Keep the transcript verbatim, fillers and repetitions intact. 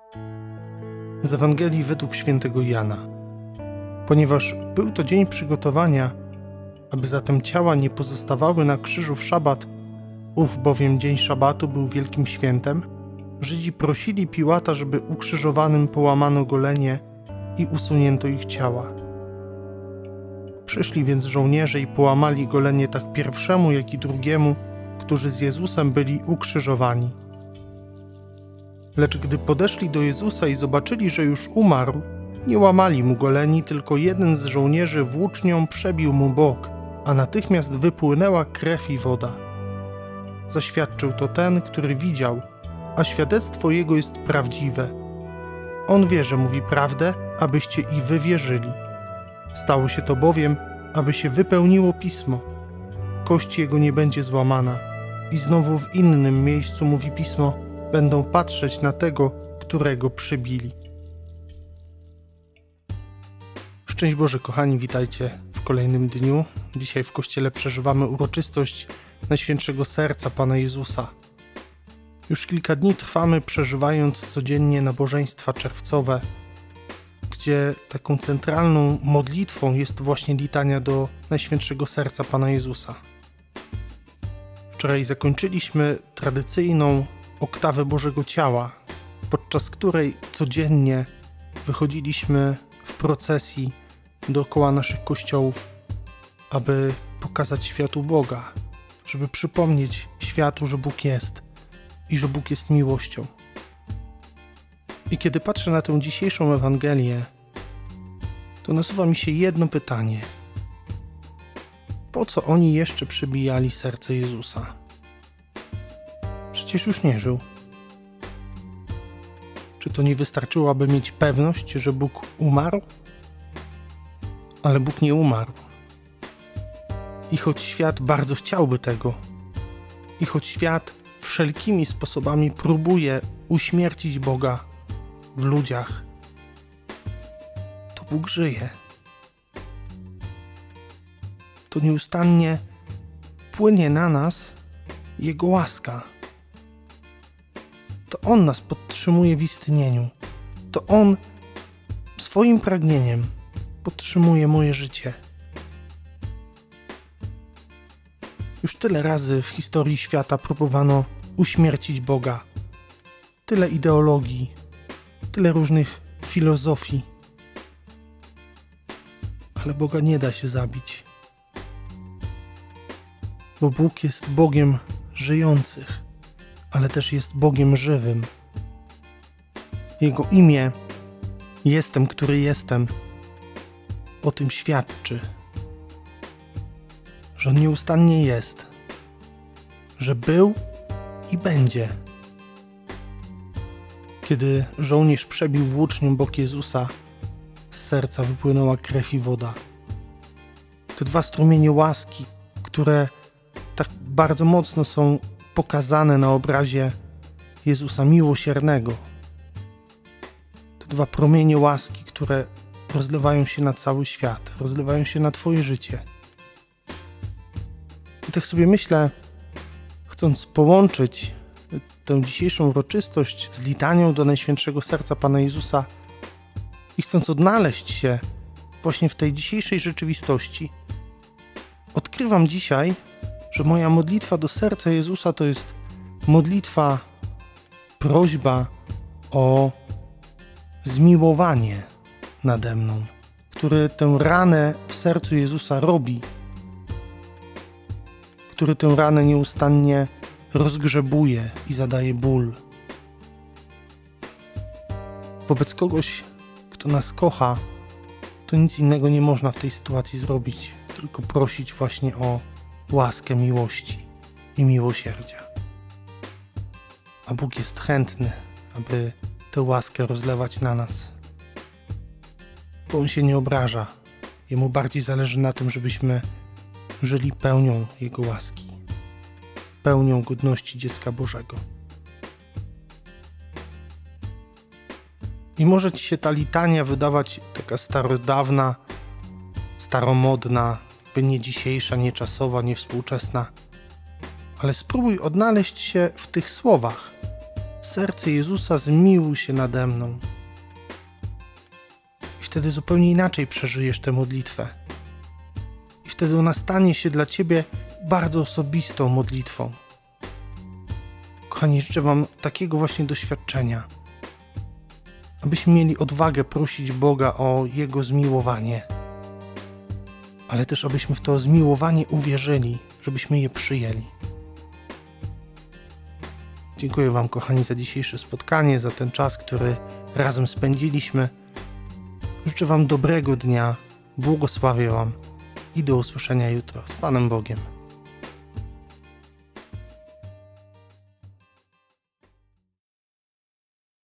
Z Ewangelii według świętego Jana. Ponieważ był to dzień przygotowania, aby zatem ciała nie pozostawały na krzyżu w szabat, ów bowiem dzień szabatu był wielkim świętem, Żydzi prosili Piłata, żeby ukrzyżowanym połamano golenie i usunięto ich ciała. Przyszli więc żołnierze i połamali golenie tak pierwszemu, jak i drugiemu, którzy z Jezusem byli ukrzyżowani. Lecz gdy podeszli do Jezusa i zobaczyli, że już umarł, nie łamali mu goleni, tylko jeden z żołnierzy włócznią przebił mu bok, a natychmiast wypłynęła krew i woda. Zaświadczył to ten, który widział, a świadectwo jego jest prawdziwe. On wie, że mówi prawdę, abyście i wy wierzyli. Stało się to bowiem, aby się wypełniło Pismo. Kość jego nie będzie złamana. I znowu w innym miejscu mówi Pismo, będą patrzeć na tego, którego przybili. Szczęść Boże, kochani, witajcie w kolejnym dniu. Dzisiaj w Kościele przeżywamy uroczystość Najświętszego Serca Pana Jezusa. Już kilka dni trwamy, przeżywając codziennie nabożeństwa czerwcowe, gdzie taką centralną modlitwą jest właśnie litania do Najświętszego Serca Pana Jezusa. Wczoraj zakończyliśmy tradycyjną oktawę Bożego Ciała, podczas której codziennie wychodziliśmy w procesji dookoła naszych kościołów, aby pokazać światu Boga, żeby przypomnieć światu, że Bóg jest i że Bóg jest miłością. I kiedy patrzę na tę dzisiejszą Ewangelię, to nasuwa mi się jedno pytanie. Po co oni jeszcze przybijali serce Jezusa? Przecież już nie żył. Czy to nie wystarczyło, aby mieć pewność, że Bóg umarł? Ale Bóg nie umarł. I choć świat bardzo chciałby tego, i choć świat wszelkimi sposobami próbuje uśmiercić Boga w ludziach, to Bóg żyje. To nieustannie płynie na nas Jego łaska. To On nas podtrzymuje w istnieniu. To On swoim pragnieniem podtrzymuje moje życie. Już tyle razy w historii świata próbowano uśmiercić Boga. Tyle ideologii, tyle różnych filozofii. Ale Boga nie da się zabić. Bo Bóg jest Bogiem żyjących, ale też jest Bogiem żywym. Jego imię, Jestem, który jestem, o tym świadczy, że On nieustannie jest, że był i będzie. Kiedy żołnierz przebił włócznią bok Jezusa, z serca wypłynęła krew i woda. Te dwa strumienie łaski, które tak bardzo mocno są pokazane na obrazie Jezusa miłosiernego. Te dwa promienie łaski, które rozlewają się na cały świat, rozlewają się na Twoje życie. I tak sobie myślę, chcąc połączyć tę dzisiejszą uroczystość z litanią do Najświętszego Serca Pana Jezusa i chcąc odnaleźć się właśnie w tej dzisiejszej rzeczywistości, odkrywam dzisiaj, że moja modlitwa do serca Jezusa to jest modlitwa, prośba o zmiłowanie nade mną, który tę ranę w sercu Jezusa robi, który tę ranę nieustannie rozgrzebuje i zadaje ból. Wobec kogoś, kto nas kocha, to nic innego nie można w tej sytuacji zrobić, tylko prosić właśnie o łaskę miłości i miłosierdzia. A Bóg jest chętny, aby tę łaskę rozlewać na nas. Bo On się nie obraża. Jemu bardziej zależy na tym, żebyśmy żyli pełnią Jego łaski, pełnią godności dziecka Bożego. I może Ci się ta litania wydawać taka starodawna, staromodna, by nie dzisiejsza, nie czasowa, nie współczesna, ale spróbuj odnaleźć się w tych słowach z serce Jezusa, zmiłuj się nade mną. I wtedy zupełnie inaczej przeżyjesz tę modlitwę. I wtedy ona stanie się dla Ciebie bardzo osobistą modlitwą. Kochani, życzę Wam takiego właśnie doświadczenia, abyśmy mieli odwagę prosić Boga o Jego zmiłowanie, ale też abyśmy w to zmiłowanie uwierzyli, żebyśmy je przyjęli. Dziękuję Wam, kochani, za dzisiejsze spotkanie, za ten czas, który razem spędziliśmy. Życzę Wam dobrego dnia, błogosławię Wam i do usłyszenia jutro z Panem Bogiem.